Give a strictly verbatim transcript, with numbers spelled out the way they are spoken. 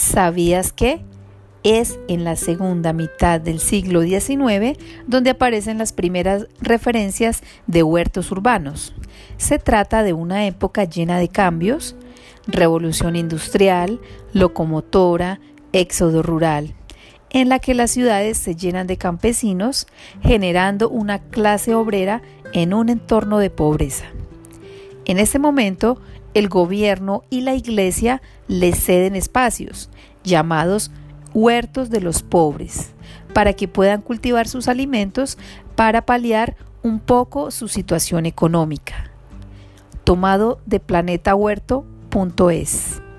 ¿Sabías que? Es en la segunda mitad del siglo diecinueve donde aparecen las primeras referencias de huertos urbanos. Se trata de una época llena de cambios, revolución industrial, locomotora, éxodo rural, en la que las ciudades se llenan de campesinos, generando una clase obrera en un entorno de pobreza. En ese momento, el gobierno y la iglesia les ceden espacios, llamados huertos de los pobres, para que puedan cultivar sus alimentos para paliar un poco su situación económica. Tomado de planeta huerto punto es.